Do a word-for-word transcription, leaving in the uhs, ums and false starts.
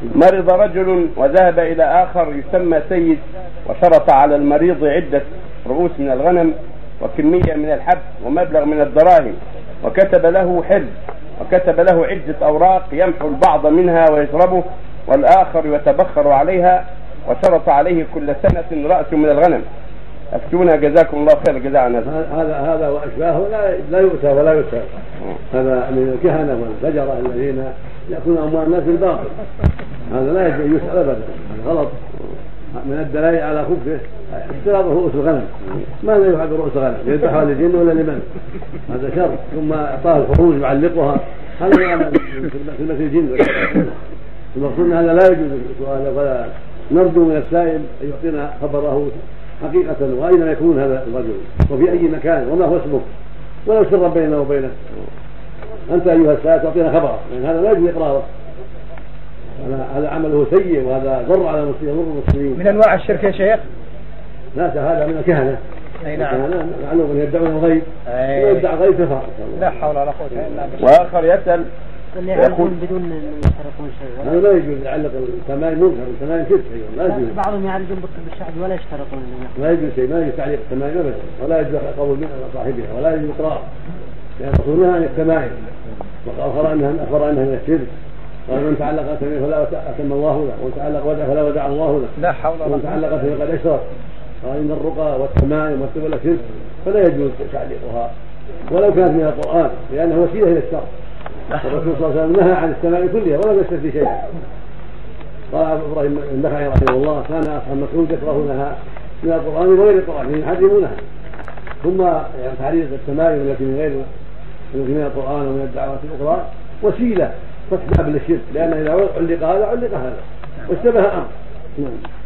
مرض رجل وذهب إلى آخر يسمى سيد، وشرط على المريض عدة رؤوس من الغنم وكمية من الحب ومبلغ من الدراهم، وكتب له حرز، وكتب له عدة أوراق يمحو البعض منها ويشربه والآخر يتبخر عليها، وشرط عليه كل سنة رأس من الغنم. أفتونا جزاكم الله خير الجزاء عن هذا. هذا هذا وأشباهه لا لا يؤتى ولا يؤتى. هذا من الكهنة والفجرة الذين يأكلون أموال الناس بالباطل، هذا لا يجوز يسأل أبدا، هذا غلط. من الدلائل على خبثه اشتراط رؤوس الغنم، ماذا يفعل برؤوس الغنم؟ يذبحها للجن ولا لمن؟ هذا شر. ثم اعطاه الخروج يعلقها، هذا يعمل في مثل الجن. المقصود ان هذا لا يجوز السؤال، ولا نرجو من السائل ان يعطينا خبره حقيقه واين يكون هذا الرجل وفي اي مكان وما هو اسمه، ولو سر بيننا وبينه. انت ايها السائل تعطينا خبره، لان هذا لا يجوز اقراره، هذا عمله سيء وهذا ضر على المسلمين يضر المسلمين. من انواع الشرك يا شيخ؟ لا، هذا من الكهنه. اي نعم، معلوم ان يدعون الغيب، ويدعى الغيب كفر. لا حول ولا قوه الا بالله. واخر يسال يقول بدون ان يشترطون شيء، هذا لا يجوز يعلق التمائم، منكر التمائم شرك ايضا لا يجوز. بعضهم يعالجون بالطب الشعبي ولا يشترطون، لا يجوز شيء، ما يجوز تعليق التمائم ابدا، ولا يجوز قول منها على صاحبها، ولا يجوز اقرار، لان رسولها عن التمائم، وقال انها اخبر انها من الشرك. قال من تعلق تمائم فلا اتم الله له، ومن تعلق ودع فلا ودع الله له، لا حول ولا قوه. ومن تعلق فقد اشرك. قال ان الرقى والتمائم والتولى شرك، فلا يجوز تعليقها ولو كانت من القران، لانه وسيله الى الشر. الرسول صلى الله عليه وسلم نهى عن التمائم كلها ولم يستثني شيئا. قال ابراهيم النخعي رحمه الله كان اصحاب مسعود يكرهونها من القران وغير القران يحرمونها. ثم يعني تعليق التمائم التي من غير التي من القران ومن الدعوات الاخرى وسيله فتح باب للشرك، لان اذا علق هذا علق هذا واشتبه امر.